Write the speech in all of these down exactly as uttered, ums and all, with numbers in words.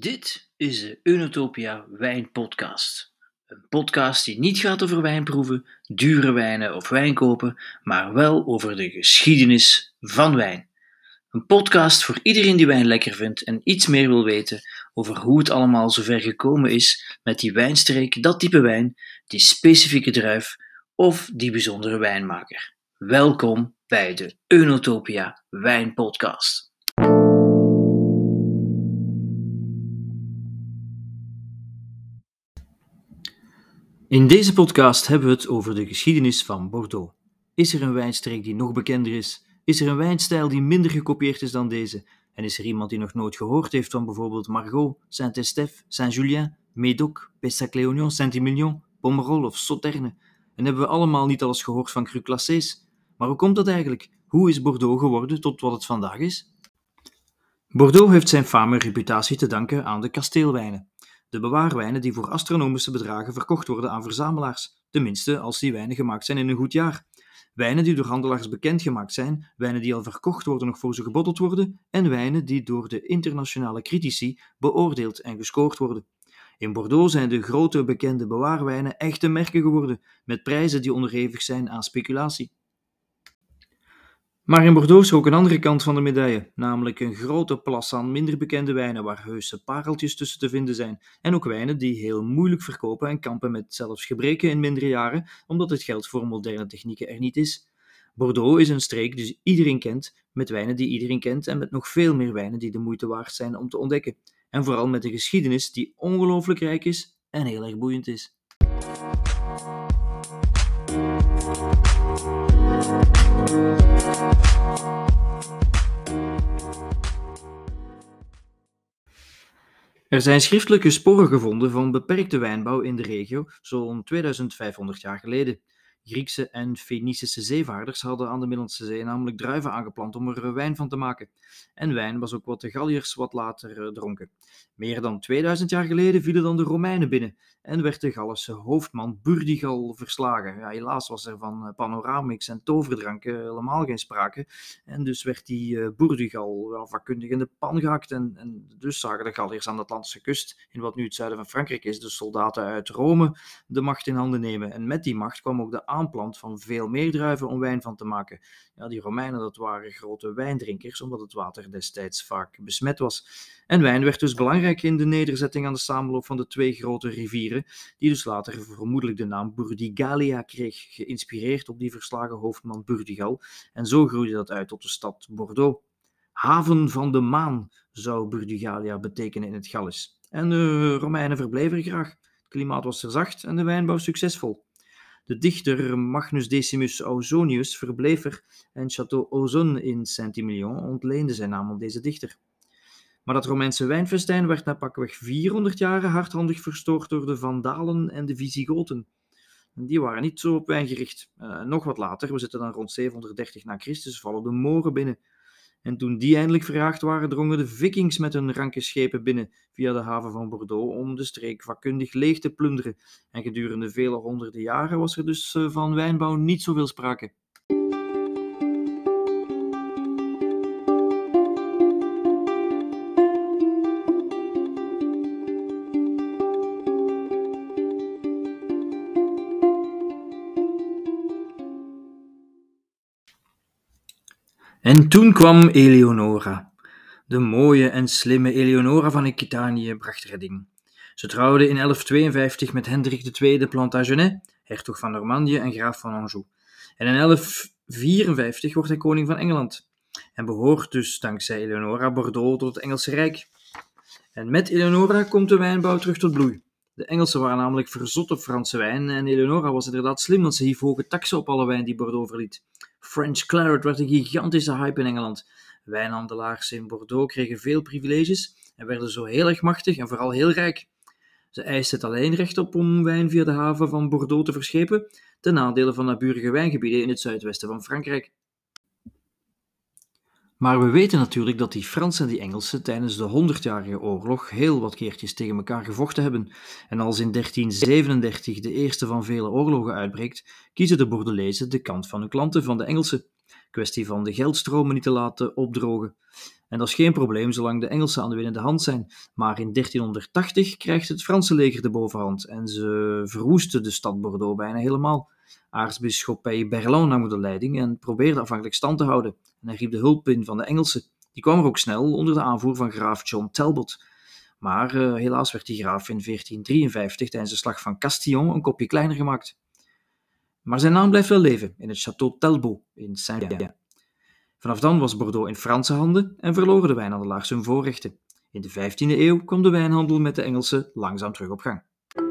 Dit is de Eunotopia Wijnpodcast. Een podcast die niet gaat over wijnproeven, dure wijnen of wijn kopen, maar wel over de geschiedenis van wijn. Een podcast voor iedereen die wijn lekker vindt en iets meer wil weten over hoe het allemaal zover gekomen is met die wijnstreek, dat type wijn, die specifieke druif of die bijzondere wijnmaker. Welkom bij de Eunotopia Wijnpodcast. In deze podcast hebben we het over de geschiedenis van Bordeaux. Is er een wijnstreek die nog bekender is? Is er een wijnstijl die minder gekopieerd is dan deze? En is er iemand die nog nooit gehoord heeft van bijvoorbeeld Margaux, Saint-Estèphe, Saint-Julien, Médoc, Pessac-Léognan, Saint-Emilion, Pomerol of Sauternes? En hebben we allemaal niet alles gehoord van Cru Classés? Maar hoe komt dat eigenlijk? Hoe is Bordeaux geworden tot wat het vandaag is? Bordeaux heeft zijn faam en reputatie te danken aan de kasteelwijnen. De bewaarwijnen die voor astronomische bedragen verkocht worden aan verzamelaars, tenminste als die wijnen gemaakt zijn in een goed jaar. Wijnen die door handelaars bekendgemaakt zijn, wijnen die al verkocht worden nog voor ze gebotteld worden en wijnen die door de internationale critici beoordeeld en gescoord worden. In Bordeaux zijn de grote bekende bewaarwijnen echte merken geworden, met prijzen die onderhevig zijn aan speculatie. Maar in Bordeaux is er ook een andere kant van de medaille, namelijk een grote plas aan minder bekende wijnen waar heuse pareltjes tussen te vinden zijn, en ook wijnen die heel moeilijk verkopen en kampen met zelfs gebreken in mindere jaren, omdat het geld voor moderne technieken er niet is. Bordeaux is een streek die iedereen kent, met wijnen die iedereen kent en met nog veel meer wijnen die de moeite waard zijn om te ontdekken. En vooral met een geschiedenis die ongelooflijk rijk is en heel erg boeiend is. Er zijn schriftelijke sporen gevonden van beperkte wijnbouw in de regio, zo'n tweeduizendvijfhonderd jaar geleden. Griekse en Fenicische zeevaarders hadden aan de Middellandse Zee namelijk druiven aangeplant om er wijn van te maken. En wijn was ook wat de Galliërs wat later dronken. Meer dan tweeduizend jaar geleden vielen dan de Romeinen binnen en werd de Gallische hoofdman Burdigal verslagen. Ja, helaas was er van panoramix en toverdranken helemaal geen sprake. En dus werd die uh, Burdigal wel vakkundig in de pan gehakt. En, en dus zagen de Galliërs aan de Atlantische kust, in wat nu het zuiden van Frankrijk is, de soldaten uit Rome, de macht in handen nemen. En met die macht kwam ook de aanplant van veel meer druiven om wijn van te maken. Ja, die Romeinen, dat waren grote wijndrinkers, omdat het water destijds vaak besmet was. En wijn werd dus belangrijk in de nederzetting aan de samenloop van de twee grote rivieren, die dus later vermoedelijk de naam Burdigalia kreeg, geïnspireerd op die verslagen hoofdman Burdigal. En zo groeide dat uit tot de stad Bordeaux. Haven van de maan zou Burdigalia betekenen in het Gallisch. En de Romeinen verbleven er graag. Het klimaat was er zacht en de wijnbouw succesvol. De dichter Magnus Decimus Ausonius verbleef er en Château Ausone in Saint-Emilion ontleende zijn naam aan deze dichter. Maar dat Romeinse wijnfestijn werd na pakweg vierhonderd jaren hardhandig verstoord door de Vandalen en de Visigoten. Die waren niet zo op wijn gericht. Uh, nog wat later, we zitten dan rond zevenhonderddertig na Christus, vallen de Moren binnen. En toen die eindelijk verjaagd waren, drongen de Vikings met hun ranke schepen binnen via de haven van Bordeaux om de streek vakkundig leeg te plunderen. En gedurende vele honderden jaren was er dus uh, van wijnbouw niet zoveel sprake. En toen kwam Eleonora. De mooie en slimme Eleonora van Aquitanië bracht redding. Ze trouwde in elf tweeënvijftig met Hendrik de Tweede Plantagenet, hertog van Normandië en graaf van Anjou. En in elf vierenvijftig wordt hij koning van Engeland. En behoort dus dankzij Eleonora Bordeaux tot het Engelse Rijk. En met Eleonora komt de wijnbouw terug tot bloei. De Engelsen waren namelijk verzot op Franse wijn en Eleonora was inderdaad slim, want ze hief hoge taksen op alle wijn die Bordeaux verliet. French Claret werd een gigantische hype in Engeland. Wijnhandelaars in Bordeaux kregen veel privileges en werden zo heel erg machtig en vooral heel rijk. Ze eisten het alleen recht op om wijn via de haven van Bordeaux te verschepen, ten nadele van naburige wijngebieden in het zuidwesten van Frankrijk. Maar we weten natuurlijk dat die Fransen en die Engelsen tijdens de honderdjarige oorlog heel wat keertjes tegen elkaar gevochten hebben. En als in dertien zevenendertig de eerste van vele oorlogen uitbreekt, kiezen de Bordelezen de kant van hun klanten van de Engelsen. Kwestie van de geldstromen niet te laten opdrogen. En dat is geen probleem zolang de Engelsen aan de winnende hand zijn. Maar in dertienhonderdtachtig krijgt het Franse leger de bovenhand en ze verwoesten de stad Bordeaux bijna helemaal. Aartsbisschop Berlin nam de leiding en probeerde afhankelijk stand te houden. En hij riep de hulp in van de Engelsen. Die kwam er ook snel onder de aanvoer van graaf John Talbot. Maar uh, helaas werd die graaf in veertien drieënvijftig tijdens de slag van Castillon een kopje kleiner gemaakt. Maar zijn naam blijft wel leven in het Château Talbot in Saint-Gien. Vanaf dan was Bordeaux in Franse handen en verloren de wijnhandelaars hun voorrechten. In de vijftiende eeuw kwam de wijnhandel met de Engelsen langzaam terug op gang.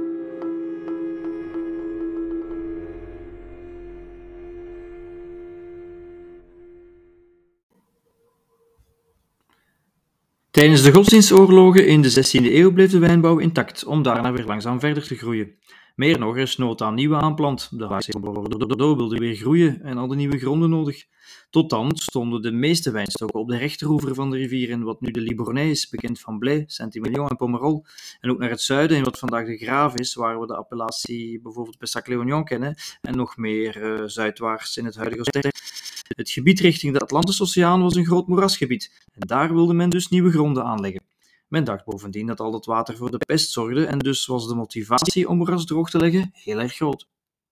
Tijdens de godsdienstoorlogen in de zestiende eeuw bleef de wijnbouw intact, om daarna weer langzaam verder te groeien. Meer nog, er is nood aan nieuwe aanplant. De H C Bordeaux wilde weer groeien en hadden nieuwe gronden nodig. Tot dan stonden de meeste wijnstokken op de rechteroever van de rivier in wat nu de Libournais is, bekend van Blaye, Saint-Emilion en Pomerol. En ook naar het zuiden, in wat vandaag de Graaf is, waar we de appellatie bijvoorbeeld Pessac-Léognan kennen, en nog meer uh, zuidwaarts in het huidige Oostenrijk. Het gebied richting de Atlantische Oceaan was een groot moerasgebied en daar wilde men dus nieuwe gronden aanleggen. Men dacht bovendien dat al het water voor de pest zorgde en dus was de motivatie om moeras droog te leggen heel erg groot.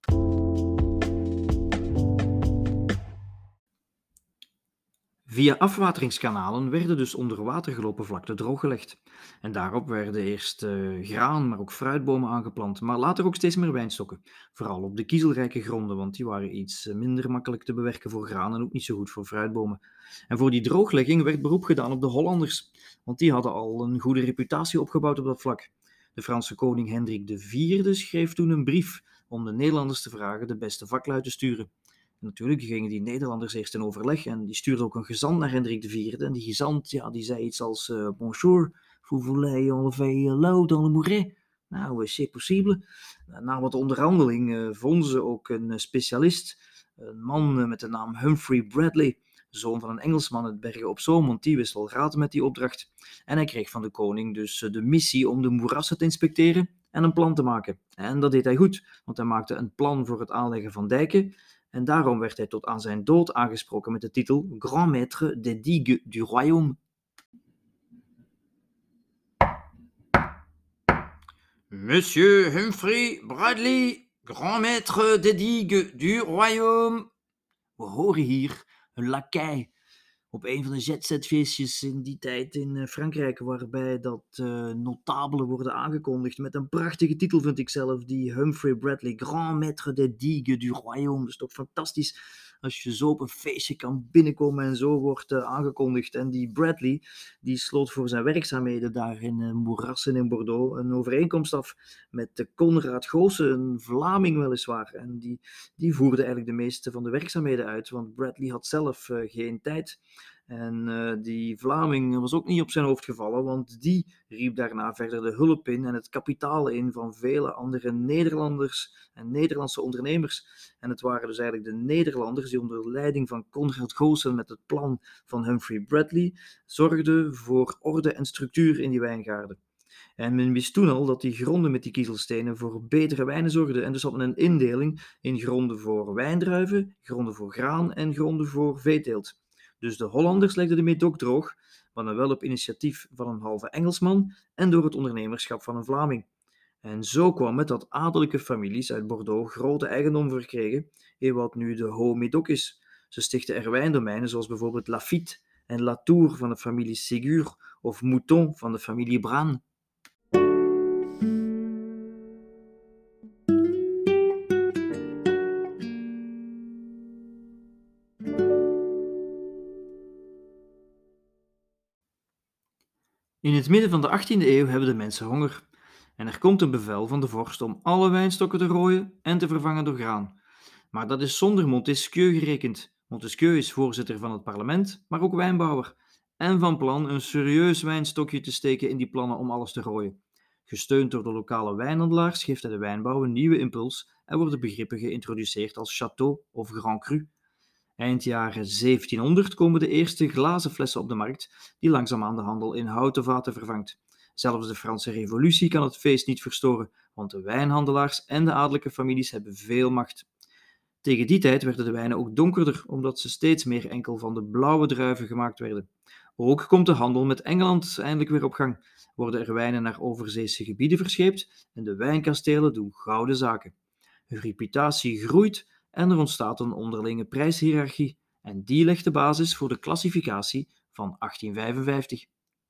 Via afwateringskanalen werden dus onder water gelopen vlakten drooggelegd. En daarop werden eerst uh, graan, maar ook fruitbomen aangeplant, maar later ook steeds meer wijnstokken. Vooral op de kiezelrijke gronden, want die waren iets minder makkelijk te bewerken voor graan en ook niet zo goed voor fruitbomen. En voor die drooglegging werd beroep gedaan op de Hollanders, want die hadden al een goede reputatie opgebouwd op dat vlak. De Franse koning Hendrik de Vierde schreef toen een brief om de Nederlanders te vragen de beste vaklui te sturen. En natuurlijk gingen die Nederlanders eerst in overleg en die stuurden ook een gezant naar Hendrik de Vierde. En die gezant ja, die zei iets als uh, bonjour, vous voulez enlever l'eau dans le Mouret? Nou, c'est possible. Na wat onderhandeling uh, vonden ze ook een specialist, een man uh, met de naam Humphrey Bradley, zoon van een Engelsman uit Bergen op Zoom, want die wist wel raad met die opdracht. En hij kreeg van de koning dus uh, de missie om de moerassen te inspecteren en een plan te maken. En dat deed hij goed, want hij maakte een plan voor het aanleggen van dijken. En daarom werd hij tot aan zijn dood aangesproken met de titel Grand Maître des Digues du Royaume. Monsieur Humphrey Bradley, Grand Maître des Digues du Royaume. We horen hier een lakai op een van de jet-set-feestjes in die tijd in Frankrijk, waarbij dat uh, notabelen worden aangekondigd met een prachtige titel, vind ik zelf, die Humphrey Bradley, Grand Maître des Digues du Royaume. Dat is toch fantastisch als je zo op een feestje kan binnenkomen en zo wordt uh, aangekondigd. En die Bradley, die sloot voor zijn werkzaamheden daar in uh, moerassen in Bordeaux een overeenkomst af met de Conrad Goossen, een Vlaming weliswaar. En die, die voerde eigenlijk de meeste van de werkzaamheden uit, want Bradley had zelf uh, geen tijd. En uh, die Vlaming was ook niet op zijn hoofd gevallen, want die riep daarna verder de hulp in en het kapitaal in van vele andere Nederlanders en Nederlandse ondernemers. En het waren dus eigenlijk de Nederlanders die onder leiding van Conrad Goossen met het plan van Humphrey Bradley zorgden voor orde en structuur in die wijngaarden. En men wist toen al dat die gronden met die kiezelstenen voor betere wijnen zorgden. En dus had men een indeling in gronden voor wijndruiven, gronden voor graan en gronden voor veeteelt. Dus de Hollanders legden de Médoc droog, maar dan wel op initiatief van een halve Engelsman en door het ondernemerschap van een Vlaming. En zo kwam het dat adellijke families uit Bordeaux grote eigendom verkregen in wat nu de Haut-Médoc is. Ze stichtten er wijndomeinen zoals bijvoorbeeld Lafite en Latour van de familie Ségur of Mouton van de familie Bran. In het midden van de achttiende eeuw hebben de mensen honger. En er komt een bevel van de vorst om alle wijnstokken te rooien en te vervangen door graan. Maar dat is zonder Montesquieu gerekend. Montesquieu is voorzitter van het parlement, maar ook wijnbouwer. En van plan een serieus wijnstokje te steken in die plannen om alles te rooien. Gesteund door de lokale wijnhandelaars geeft hij de wijnbouw een nieuwe impuls en worden begrippen geïntroduceerd als château of grand cru. Eind jaren zeventienhonderd komen de eerste glazen flessen op de markt, die langzaamaan de handel in houten vaten vervangt. Zelfs de Franse Revolutie kan het feest niet verstoren, want de wijnhandelaars en de adellijke families hebben veel macht. Tegen die tijd werden de wijnen ook donkerder, omdat ze steeds meer enkel van de blauwe druiven gemaakt werden. Ook komt de handel met Engeland eindelijk weer op gang. Worden er wijnen naar overzeese gebieden verscheept en de wijnkastelen doen gouden zaken. Hun reputatie groeit en er ontstaat een onderlinge prijshiërarchie. En die legt de basis voor de klassificatie van achttien vijfenvijftig.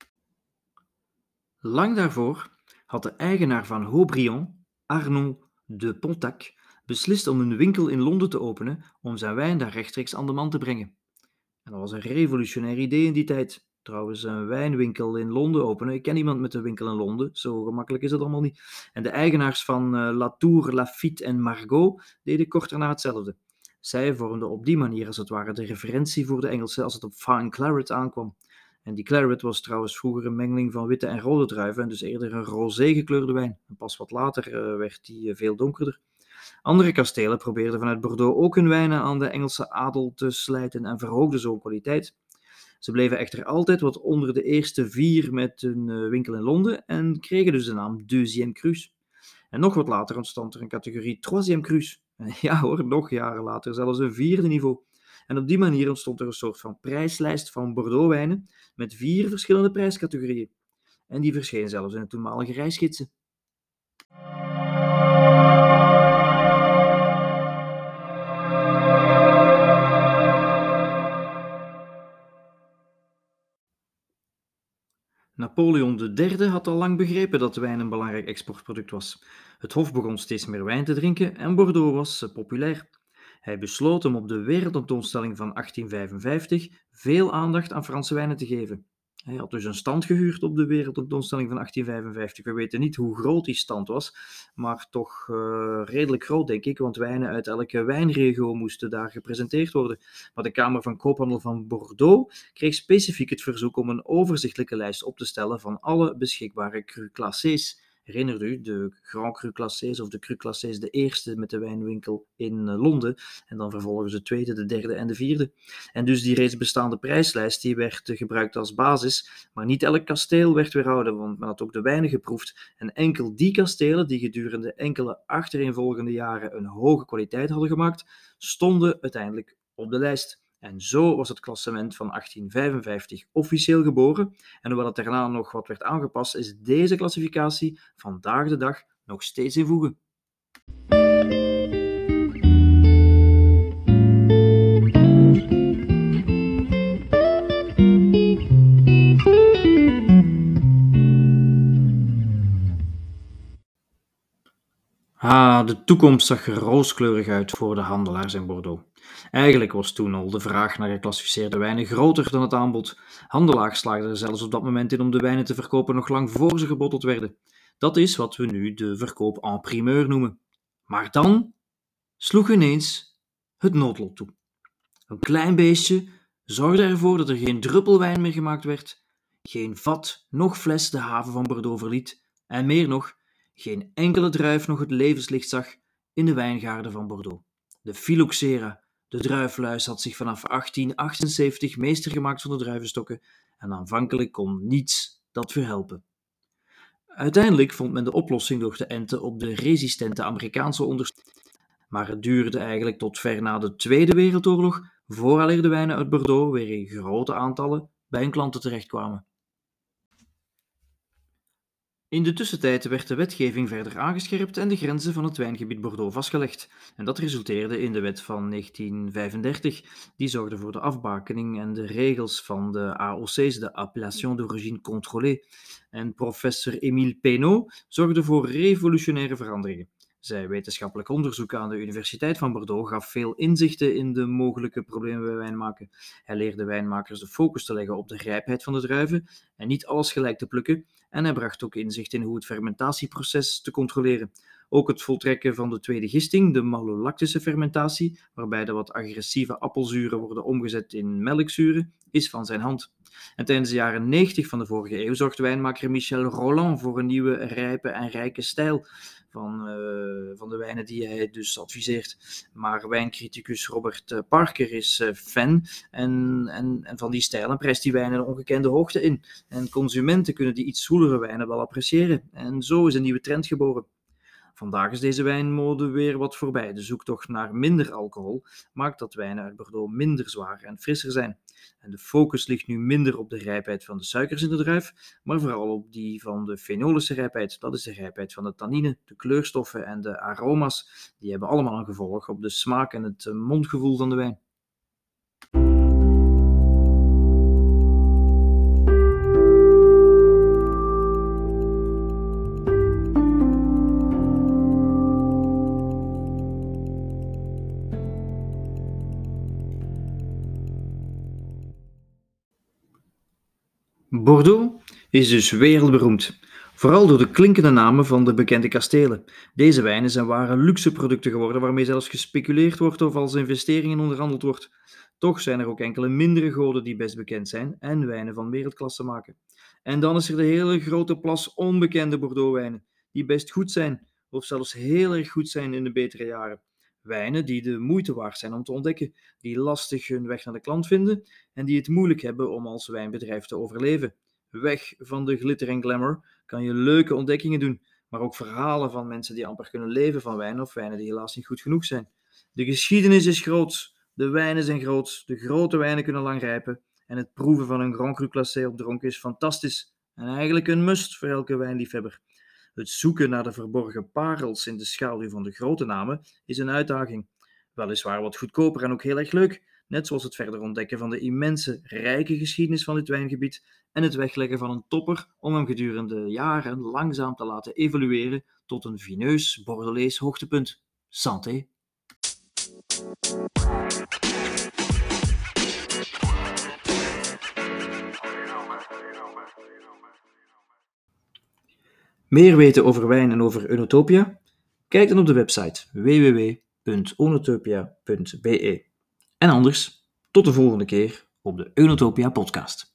Lang daarvoor had de eigenaar van Haut-Brion, Arnaud de Pontac, beslist om een winkel in Londen te openen om zijn wijn daar rechtstreeks aan de man te brengen. En dat was een revolutionair idee in die tijd. Trouwens, een wijnwinkel in Londen openen. Ik ken iemand met een winkel in Londen, zo gemakkelijk is het allemaal niet. En de eigenaars van uh, Latour, Lafite en Margaux deden kort daarna hetzelfde. Zij vormden op die manier als het ware de referentie voor de Engelsen als het op fine claret aankwam. En die claret was trouwens vroeger een mengeling van witte en rode druiven en dus eerder een rosé gekleurde wijn. En pas wat later uh, werd die uh, veel donkerder. Andere kastelen probeerden vanuit Bordeaux ook hun wijnen aan de Engelse adel te slijten en verhoogden zo kwaliteit. Ze bleven echter altijd wat onder de eerste vier met een uh, winkel in Londen en kregen dus de naam Deuxième Cru's. En nog wat later ontstond er een categorie Troisième Cru's. Ja hoor, nog jaren later zelfs een vierde niveau. En op die manier ontstond er een soort van prijslijst van Bordeaux-wijnen met vier verschillende prijscategorieën. En die verscheen zelfs in de toenmalige reisgidsen. Napoleon de derde had al lang begrepen dat wijn een belangrijk exportproduct was. Het hof begon steeds meer wijn te drinken en Bordeaux was populair. Hij besloot om op de wereldtentoonstelling van achttien vijfenvijftig veel aandacht aan Franse wijnen te geven. Hij had dus een stand gehuurd op de wereldtentoonstelling van achttien vijfenvijftig. We weten niet hoe groot die stand was, maar toch uh, redelijk groot, denk ik, want wijnen uit elke wijnregio moesten daar gepresenteerd worden. Maar de Kamer van Koophandel van Bordeaux kreeg specifiek het verzoek om een overzichtelijke lijst op te stellen van alle beschikbare cru classés. Herinnert u, de Grand Cru Classés of de Cru Classés, de eerste met de wijnwinkel in Londen en dan vervolgens de tweede, de derde en de vierde. En dus die reeds bestaande prijslijst die werd gebruikt als basis, maar niet elk kasteel werd weerhouden, want men had ook de wijnen geproefd en enkel die kastelen die gedurende enkele achtereenvolgende jaren een hoge kwaliteit hadden gemaakt, stonden uiteindelijk op de lijst. En zo was het klassement van achttien vijfenvijftig officieel geboren. En hoewel het daarna nog wat werd aangepast, is deze klassificatie vandaag de dag nog steeds in voege. Ah, de toekomst zag er rooskleurig uit voor de handelaars in Bordeaux. Eigenlijk was toen al de vraag naar geclassificeerde wijnen groter dan het aanbod. Handelaars slaagden er zelfs op dat moment in om de wijnen te verkopen nog lang voor ze gebotteld werden. Dat is wat we nu de verkoop en primeur noemen. Maar dan sloeg ineens het noodlot toe. Een klein beestje zorgde ervoor dat er geen druppel wijn meer gemaakt werd, geen vat, noch fles de haven van Bordeaux verliet en meer nog, geen enkele druif nog het levenslicht zag in de wijngaarden van Bordeaux. De phylloxera, de druifluis, had zich vanaf achttien achtenzeventig meester gemaakt van de druivenstokken en aanvankelijk kon niets dat verhelpen. Uiteindelijk vond men de oplossing door te enten op de resistente Amerikaanse ondersteuning. Maar het duurde eigenlijk tot ver na de Tweede Wereldoorlog vooraleer de wijnen uit Bordeaux weer in grote aantallen bij hun klanten terechtkwamen. In de tussentijd werd de wetgeving verder aangescherpt en de grenzen van het wijngebied Bordeaux vastgelegd. En dat resulteerde in de wet van negentien vijfendertig. Die zorgde voor de afbakening en de regels van de A O C's, de Appellation d'origine contrôlée. En professor Émile Pénaud zorgde voor revolutionaire veranderingen. Zijn wetenschappelijk onderzoek aan de Universiteit van Bordeaux gaf veel inzichten in de mogelijke problemen bij wijnmaken. Hij leerde wijnmakers de focus te leggen op de rijpheid van de druiven en niet alles gelijk te plukken. En hij bracht ook inzicht in hoe het fermentatieproces te controleren. Ook het voltrekken van de tweede gisting, de malolactische fermentatie, waarbij de wat agressieve appelzuren worden omgezet in melkzuren, is van zijn hand. En tijdens de jaren negentig van de vorige eeuw zorgde wijnmaker Michel Rolland voor een nieuwe, rijpe en rijke stijl van, uh, van de wijnen die hij dus adviseert. Maar wijncriticus Robert Parker is uh, fan en, en, en van die stijl en prijst die wijnen een ongekende hoogte in. En consumenten kunnen die iets zoelere wijnen wel appreciëren. En zo is een nieuwe trend geboren. Vandaag is deze wijnmode weer wat voorbij. De zoektocht naar minder alcohol maakt dat wijnen uit Bordeaux minder zwaar en frisser zijn. En de focus ligt nu minder op de rijpheid van de suikers in de druif, maar vooral op die van de fenolische rijpheid. Dat is de rijpheid van de tannine, de kleurstoffen en de aroma's. Die hebben allemaal een gevolg op de smaak en het mondgevoel van de wijn. Bordeaux is dus wereldberoemd, vooral door de klinkende namen van de bekende kastelen. Deze wijnen zijn ware luxe producten geworden waarmee zelfs gespeculeerd wordt of als investeringen onderhandeld wordt. Toch zijn er ook enkele mindere goden die best bekend zijn en wijnen van wereldklasse maken. En dan is er de hele grote plas onbekende Bordeaux-wijnen, die best goed zijn, of zelfs heel erg goed zijn in de betere jaren. Wijnen die de moeite waard zijn om te ontdekken, die lastig hun weg naar de klant vinden en die het moeilijk hebben om als wijnbedrijf te overleven. Weg van de glitter en glamour kan je leuke ontdekkingen doen, maar ook verhalen van mensen die amper kunnen leven van wijn of wijnen die helaas niet goed genoeg zijn. De geschiedenis is groot, de wijnen zijn groot, de grote wijnen kunnen lang rijpen en het proeven van een Grand Cru Classé op dronken is fantastisch en eigenlijk een must voor elke wijnliefhebber. Het zoeken naar de verborgen parels in de schaduw van de grote namen is een uitdaging. Weliswaar wat goedkoper en ook heel erg leuk, net zoals het verder ontdekken van de immense, rijke geschiedenis van dit wijngebied en het wegleggen van een topper om hem gedurende jaren langzaam te laten evolueren tot een vineus Bordelaise hoogtepunt. Santé! Meer weten over wijn en over Oenotopia? Kijk dan op de website w w w punt oenotopia punt b e. En anders, tot de volgende keer op de Oenotopia podcast.